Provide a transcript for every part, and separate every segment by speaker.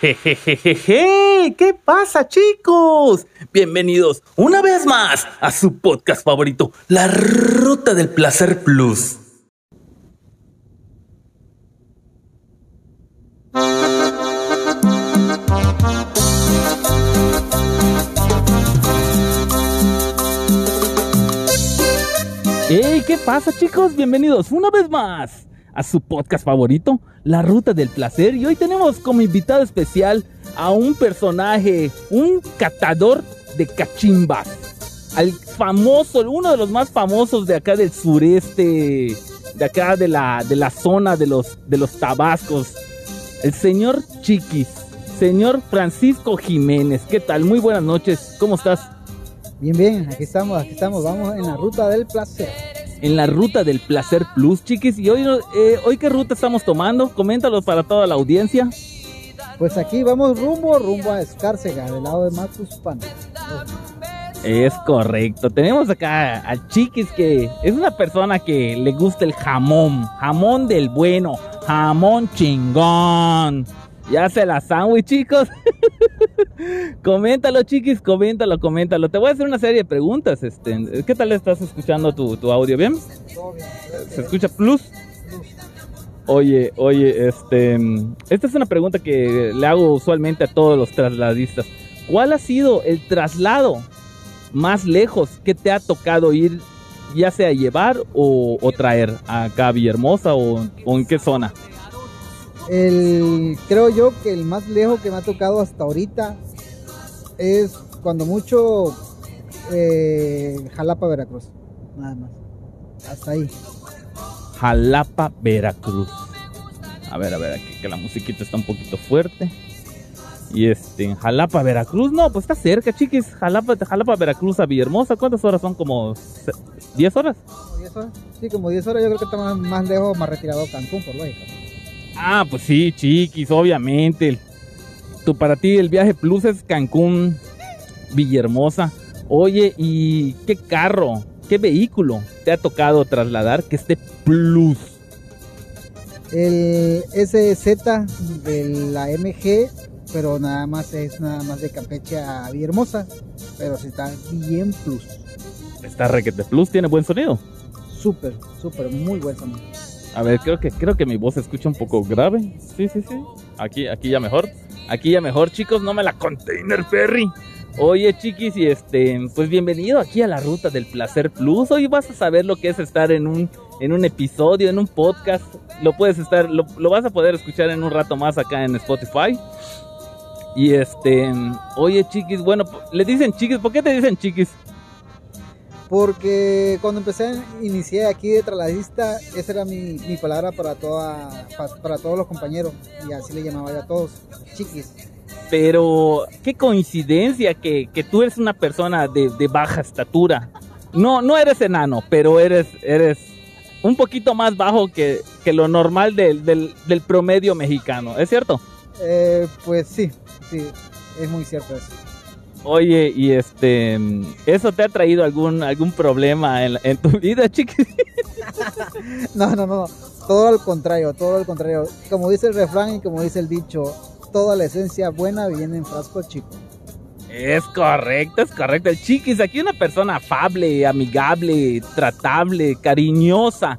Speaker 1: Jejejeje, ¿qué pasa, chicos? Bienvenidos una vez más a su podcast favorito, La Ruta del Placer Plus. ¡Hey! ¿Qué pasa, chicos? Bienvenidos una vez más a su podcast favorito, La Ruta del Placer. Y hoy tenemos como invitado especial a un personaje, un catador de cachimbas. Al famoso, uno de los más famosos de acá del sureste, de acá de la zona de los Tabascos. El señor Chiquis, señor Francisco Jiménez. ¿Qué tal? Muy buenas noches. ¿Cómo estás?
Speaker 2: Bien, aquí estamos, vamos en la Ruta del Placer.
Speaker 1: En la Ruta del Placer Plus, Chiquis. Y hoy ¿qué ruta estamos tomando? Coméntalo para toda la audiencia.
Speaker 2: Pues aquí vamos rumbo a Escárcega, del lado de Macuspana.
Speaker 1: Es correcto. Tenemos acá a Chiquis, que es una persona que le gusta el jamón del bueno, jamón chingón. Ya se la sándwich, chicos. Coméntalo, Chiquis, coméntalo. Te voy a hacer una serie de preguntas. ¿Qué tal estás escuchando tu audio? ¿Bien?
Speaker 2: Todo bien.
Speaker 1: ¿Se escucha plus? Oye, esta es una pregunta que le hago usualmente a todos los trasladistas. ¿Cuál ha sido el traslado más lejos que te ha tocado ir, ya sea llevar o traer acá a Villahermosa o en qué zona?
Speaker 2: Creo yo que el más lejos que me ha tocado hasta ahorita es cuando mucho Jalapa, Veracruz, nada más, hasta ahí.
Speaker 1: Jalapa, Veracruz. A ver, aquí que la musiquita está un poquito fuerte. Y en Jalapa, Veracruz, no, pues está cerca, Chiquis. Jalapa, Veracruz a Villahermosa, ¿cuántas horas son? ¿Como 10 horas?
Speaker 2: ¿Como 10 horas? Sí, como 10 horas. Yo creo que está más lejos, más retirado Cancún, por lógica.
Speaker 1: Ah, pues sí, Chiquis, obviamente. Para ti el viaje plus es Cancún, Villahermosa. Oye, ¿y qué carro, qué vehículo te ha tocado trasladar que esté plus?
Speaker 2: El SZ de la MG, pero nada más de Campeche a Villahermosa, pero sí está bien plus.
Speaker 1: Está requete plus, tiene buen sonido.
Speaker 2: Súper, muy buen sonido.
Speaker 1: A ver, creo que mi voz se escucha un poco grave. Sí. Aquí ya mejor. Chicos, no me la Container Ferry. Oye, Chiquis, y pues bienvenido aquí a la Ruta del Placer Plus. Hoy vas a saber lo que es estar en un episodio, en un podcast. Lo vas a poder escuchar en un rato más acá en Spotify. Y oye, Chiquis, bueno, le dicen Chiquis, ¿por qué te dicen Chiquis?
Speaker 2: Porque cuando inicié aquí de trasladista, esa era mi palabra para todos los compañeros, y así le llamaba yo a todos, Chiquis.
Speaker 1: Pero qué coincidencia que tú eres una persona de baja estatura. No eres enano, pero eres un poquito más bajo que lo normal del promedio mexicano, ¿es cierto?
Speaker 2: Pues sí, es muy cierto eso.
Speaker 1: Oye, y ¿eso te ha traído algún problema en tu vida, Chiquis?
Speaker 2: No, todo al contrario. Como dice el refrán y como dice el dicho, toda la esencia buena viene en frasco chico.
Speaker 1: Es correcto. El Chiquis, aquí una persona afable, amigable, tratable, cariñosa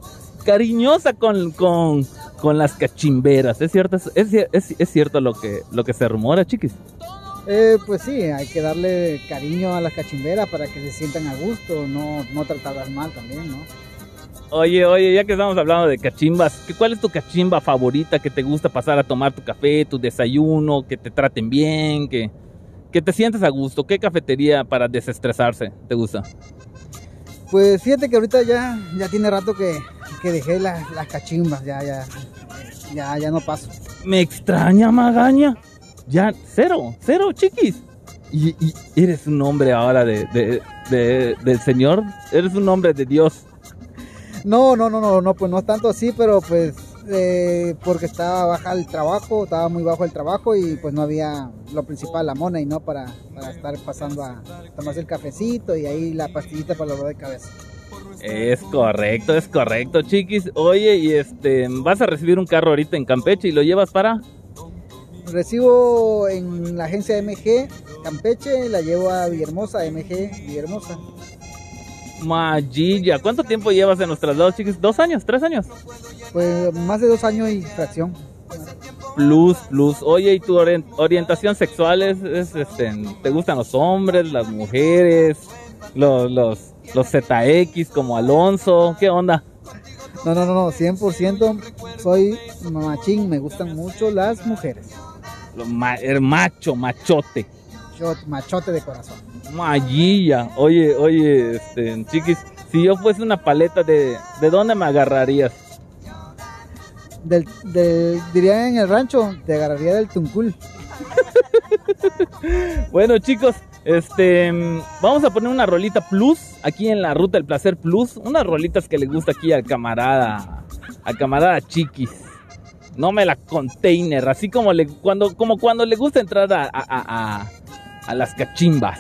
Speaker 1: con las cachimberas. ¿Es cierto? ¿Es cierto lo que se rumora, Chiquis?
Speaker 2: Pues sí, hay que darle cariño a las cachimberas para que se sientan a gusto, no tratarlas mal también, ¿no?
Speaker 1: Oye, ya que estamos hablando de cachimbas, ¿cuál es tu cachimba favorita que te gusta pasar a tomar tu café, tu desayuno, que te traten bien, que te sientes a gusto? ¿Qué cafetería para desestresarse te gusta?
Speaker 2: Pues fíjate que ahorita ya tiene rato que dejé las cachimbas, ya no paso.
Speaker 1: Me extraña, Magaña. Ya, cero, Chiquis. Y eres un hombre ahora del Señor. Eres un hombre de Dios.
Speaker 2: No, pues no tanto así, pero pues porque estaba muy bajo el trabajo y pues no había lo principal, la money, ¿no? Para estar pasando a tomarse el cafecito y ahí la pastillita para el dolor de cabeza.
Speaker 1: Es correcto, Chiquis. Oye, y vas a recibir un carro ahorita en Campeche y lo llevas para...
Speaker 2: Recibo en la agencia MG Campeche, la llevo a Villahermosa, MG Villahermosa.
Speaker 1: Magilla, ¿cuánto tiempo llevas en los traslados, chiquis? ¿2 años? ¿3 años?
Speaker 2: Pues más de 2 años y fracción.
Speaker 1: Plus. Oye, ¿y tu orientación sexual te gustan los hombres, las mujeres, los ZX como Alonso? ¿Qué onda?
Speaker 2: No, 100% soy machín, me gustan mucho las mujeres.
Speaker 1: Machote.
Speaker 2: Machote de corazón.
Speaker 1: Magilla. Oye, chiquis, si yo fuese una paleta, ¿de dónde me agarrarías?
Speaker 2: Diría en el rancho, te agarraría del Tuncul.
Speaker 1: Bueno, chicos, vamos a poner una rolita plus aquí en la Ruta del Placer Plus, unas rolitas que le gusta aquí al camarada Chiquis. No me la container, así como cuando le gusta entrar a las cachimbas.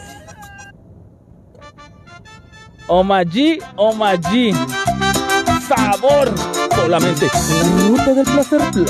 Speaker 1: Omaji, sabor solamente en la Ruta del Placer Plus.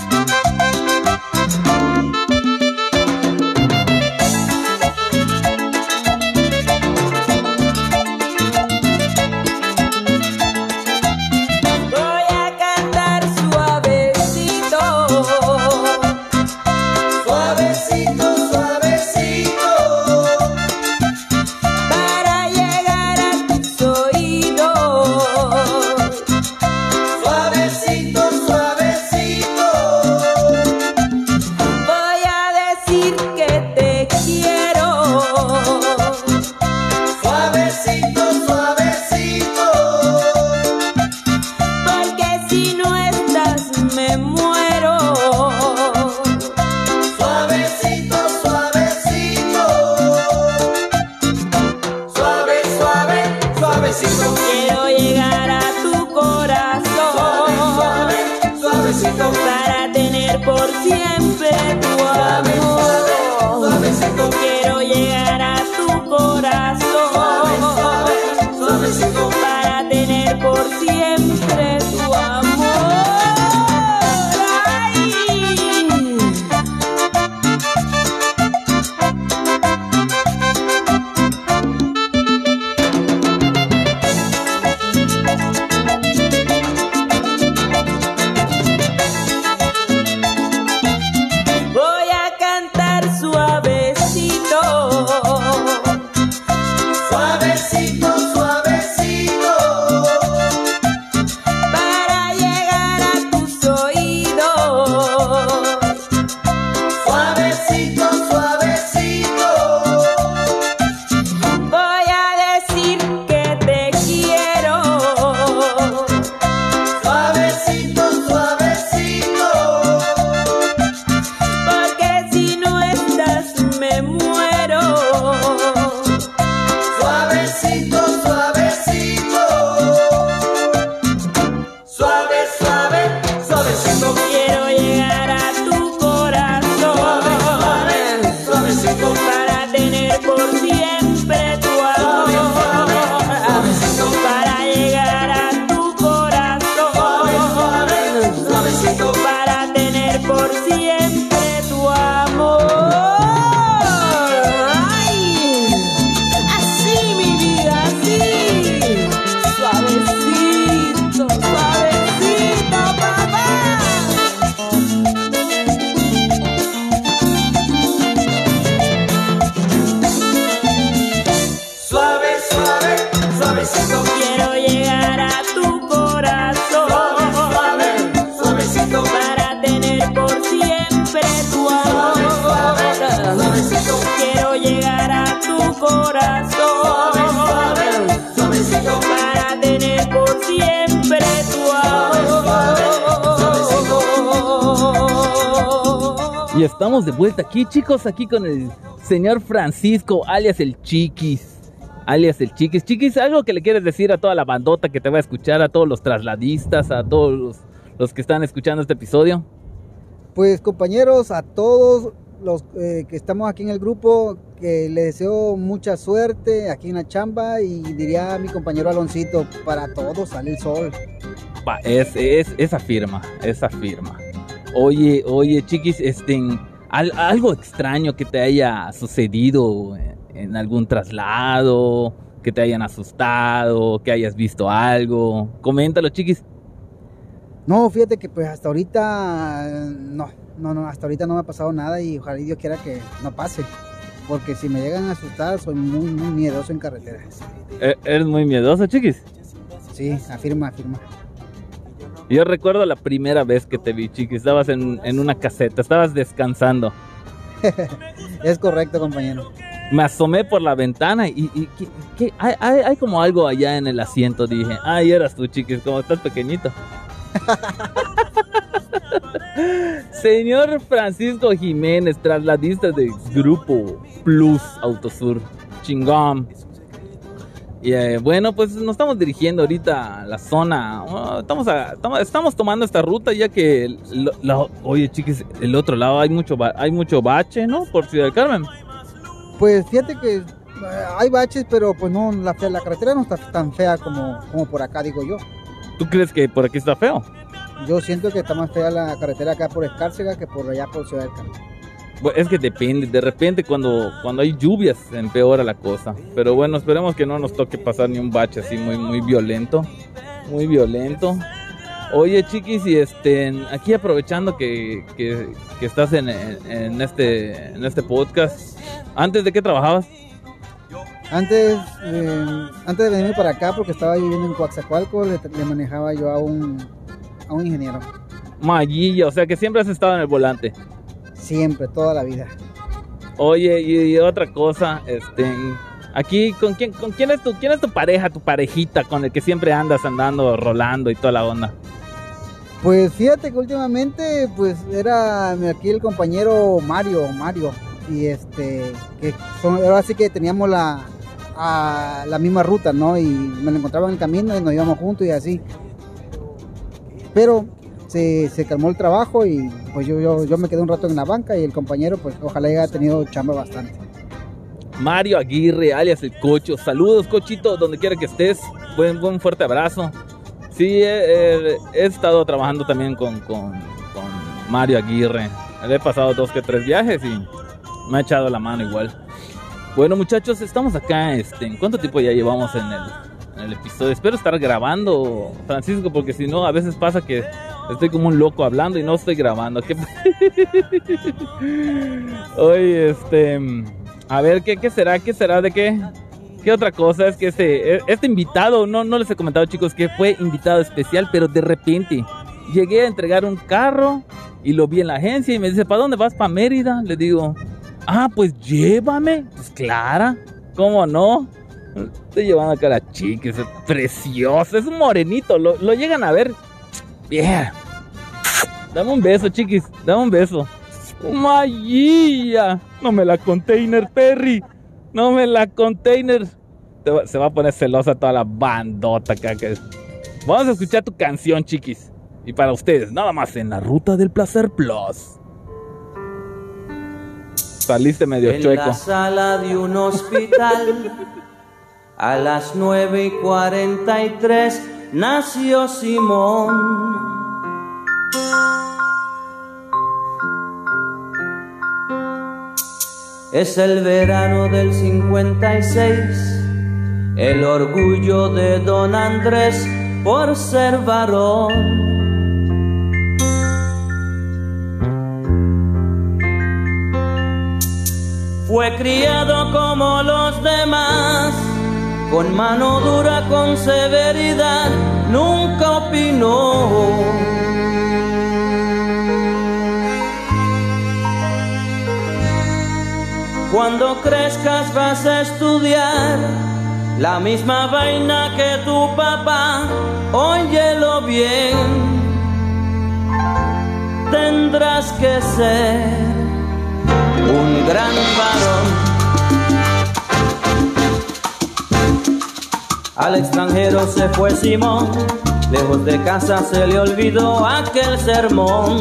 Speaker 3: Para tener por siempre tu amor. Quiero llegar a tu corazón. Para tener por siempre tu amor.
Speaker 1: Y estamos de vuelta aquí, chicos, aquí con el señor Francisco, alias el Chiquis. Chiquis, ¿algo que le quieres decir a toda la bandota que te va a escuchar, a todos los trasladistas, a todos los que están escuchando este episodio?
Speaker 2: Pues compañeros, a todos los que estamos aquí en el grupo, que les deseo mucha suerte aquí en la chamba, y diría a mi compañero Aloncito, para todos sale el sol.
Speaker 1: Esa firma. Oye, Chiquis, algo extraño que te haya sucedido en algún traslado, que te hayan asustado, que hayas visto algo. Coméntalo, chiquis.
Speaker 2: No, fíjate que pues hasta ahorita no, hasta ahorita no me ha pasado nada y ojalá Dios quiera que no pase. Porque si me llegan a asustar, soy muy miedoso en carretera.
Speaker 1: ¿Eres muy miedoso, chiquis?
Speaker 2: Sí, afirma.
Speaker 1: Yo recuerdo la primera vez que te vi, chiquis. Estabas en una caseta, estabas descansando.
Speaker 2: Es correcto, compañero.
Speaker 1: Me asomé por la ventana y ¿qué? Hay como algo allá en el asiento. Dije, ay, eras tú, chiquis, como estás pequeñito. Señor Francisco Jiménez, trasladista de Grupo Plus Autosur, chingón. Y bueno, pues nos estamos dirigiendo ahorita a la zona. Estamos tomando esta ruta ya que oye, chiquis, el otro lado hay mucho bache, ¿no? Por Ciudad del Carmen.
Speaker 2: Pues fíjate que hay baches, pero pues no, la carretera no está tan fea como por acá, digo yo.
Speaker 1: ¿Tú crees que por aquí está feo?
Speaker 2: Yo siento que está más fea la carretera acá por Escárcega que por allá por Ciudad del Carmen.
Speaker 1: Bueno, es que depende, de repente cuando hay lluvias empeora la cosa. Pero bueno, esperemos que no nos toque pasar ni un bache así muy violento. Muy violento. Oye, chiquis, y aquí aprovechando que estás en este podcast, ¿antes de qué trabajabas?
Speaker 2: Antes de venir para acá, porque estaba viviendo en Coaxacualco, le manejaba yo a un ingeniero.
Speaker 1: Maguilla, o sea que siempre has estado en el volante.
Speaker 2: Siempre, toda la vida.
Speaker 1: Oye, y otra cosa, aquí, ¿con quién es tu pareja, tu parejita, con el que siempre andas andando, rolando y toda la onda?
Speaker 2: Pues fíjate que últimamente, pues era aquí el compañero Mario, y ahora sí que teníamos la misma ruta, ¿no? Y me lo encontraba en el camino y nos íbamos juntos y así. Pero se calmó el trabajo y pues yo me quedé un rato en la banca y el compañero pues ojalá haya tenido chamba bastante.
Speaker 1: Mario Aguirre, alias el Cocho. Saludos, Cochito, donde quiera que estés. Buen fuerte abrazo. Sí, he estado trabajando también con Mario Aguirre. Le he pasado 2 que 3 viajes y me ha echado la mano igual. Bueno, muchachos, estamos acá. ¿Cuánto tiempo ya llevamos en el episodio? Espero estar grabando, Francisco, porque si no, a veces pasa que estoy como un loco hablando y no estoy grabando. Oye, a ver, ¿qué será? ¿Qué será? ¿De qué? ¿Qué otra cosa? Es que este invitado, no les he comentado, chicos, que fue invitado especial, pero de repente llegué a entregar un carro y lo vi en la agencia y me dice, ¿para dónde vas? ¿Para Mérida? Le digo, pues llévame. Pues Clara, ¿cómo no? Estoy llevando acá a la chica, es preciosa, es un morenito, lo llegan a ver. Bien. Dame un beso, chiquis, dame un beso. ¡Magia! No me la container, Perry. No me la container. Se va a poner celosa toda la bandota acá. Vamos a escuchar tu canción, chiquis. Y para ustedes, nada más en la Ruta del Placer Plus. Saliste medio chueco.
Speaker 3: En la sala de un hospital, a las 9:43, nació Simón. Es el verano del 56, el orgullo de don Andrés por ser varón. Fue criado como los demás, con mano dura, con severidad, nunca opinó. Cuando crezcas vas a estudiar la misma vaina que tu papá, óyelo bien. Tendrás que ser un gran varón. Al extranjero se fue Simón, lejos de casa se le olvidó aquel sermón.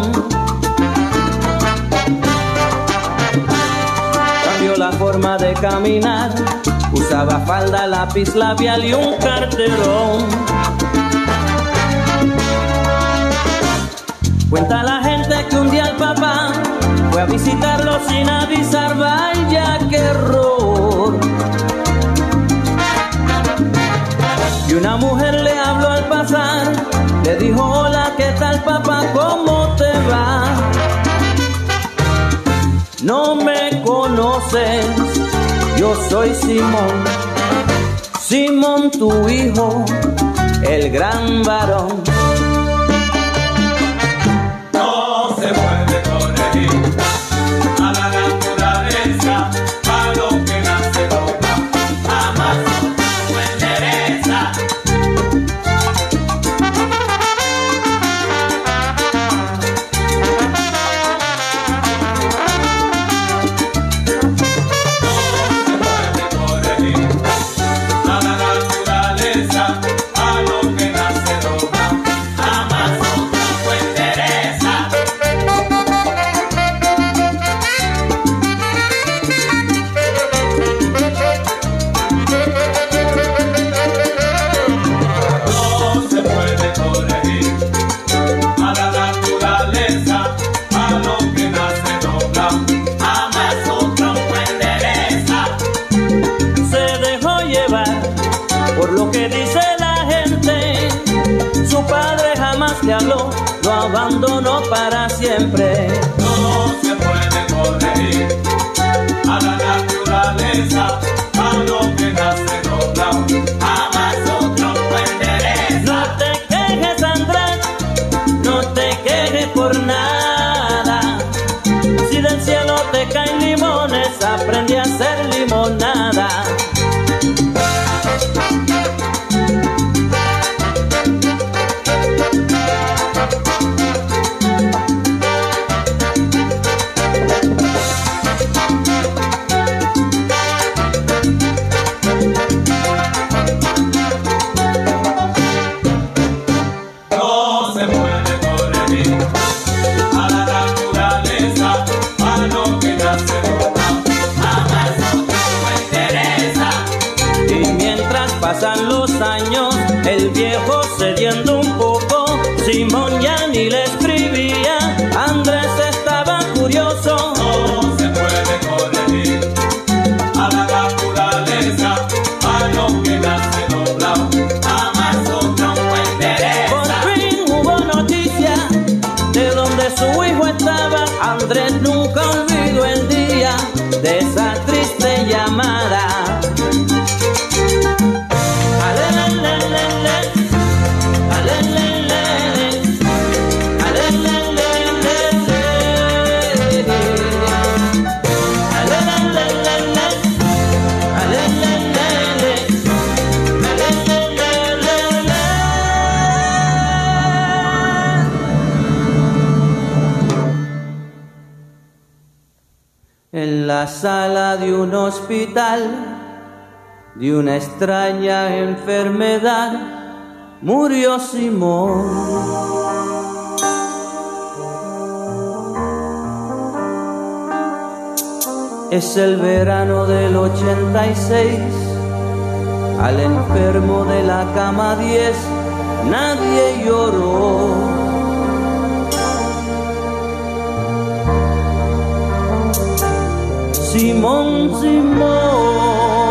Speaker 3: Cambió la forma de caminar, usaba falda, lápiz labial y un carterón. Cuenta la gente que un día el papá fue a visitarlo sin avisar, vaya qué error. Y una mujer le habló al pasar, le dijo: hola, ¿qué tal papá? ¿Cómo te va? No me conoces, yo soy Simón, Simón tu hijo, el gran varón.
Speaker 4: No se puede corregir a la naturaleza, a lo que nace loca, jamás lo endereza.
Speaker 3: Lo abandonó para siempre.
Speaker 4: No se puede corregir a la naturaleza, a lo que nace doblado, jamás otro lo endereza.
Speaker 3: No te quejes, Andrés, no te quejes por nada. Si del cielo te caen limones, aprende a hacer limonada. Pasan los años, el viejo cediendo un poco, Simón ya ni le escribía, Andrés estaba curioso.
Speaker 4: No se puede corregir a la naturaleza, a lo que nace doblado, jamás otro lo endereza.
Speaker 3: Por fin hubo noticia de donde su hijo estaba, Andrés nunca olvidó el día de esa triste llamada. En la sala de un hospital, de una extraña enfermedad, murió Simón. Es el verano del 86, al enfermo de la cama 10 nadie lloró. Simón, Simón.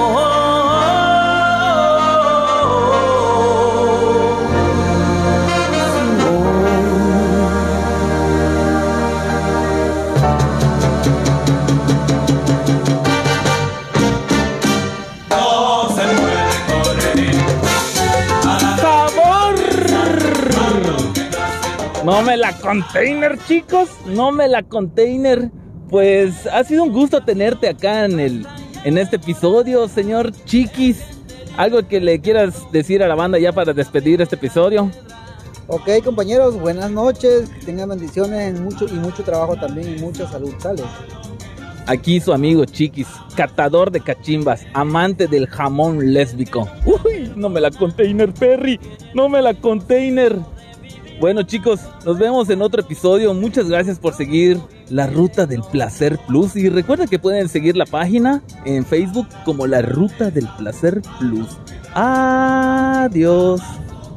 Speaker 1: No me la container, chicos, no me la container. Pues ha sido un gusto tenerte acá en este episodio, señor Chiquis. ¿Algo que le quieras decir a la banda ya para despedir este episodio?
Speaker 2: Ok, compañeros, buenas noches, que tengan bendiciones y mucho trabajo también y mucha salud, ¿sale?
Speaker 1: Aquí su amigo Chiquis, catador de cachimbas, amante del jamón lésbico. Uy, no me la container, Perry, no me la container. Bueno, chicos, nos vemos en otro episodio. Muchas gracias por seguir La Ruta del Placer Plus. Y recuerden que pueden seguir la página en Facebook como La Ruta del Placer Plus. Adiós.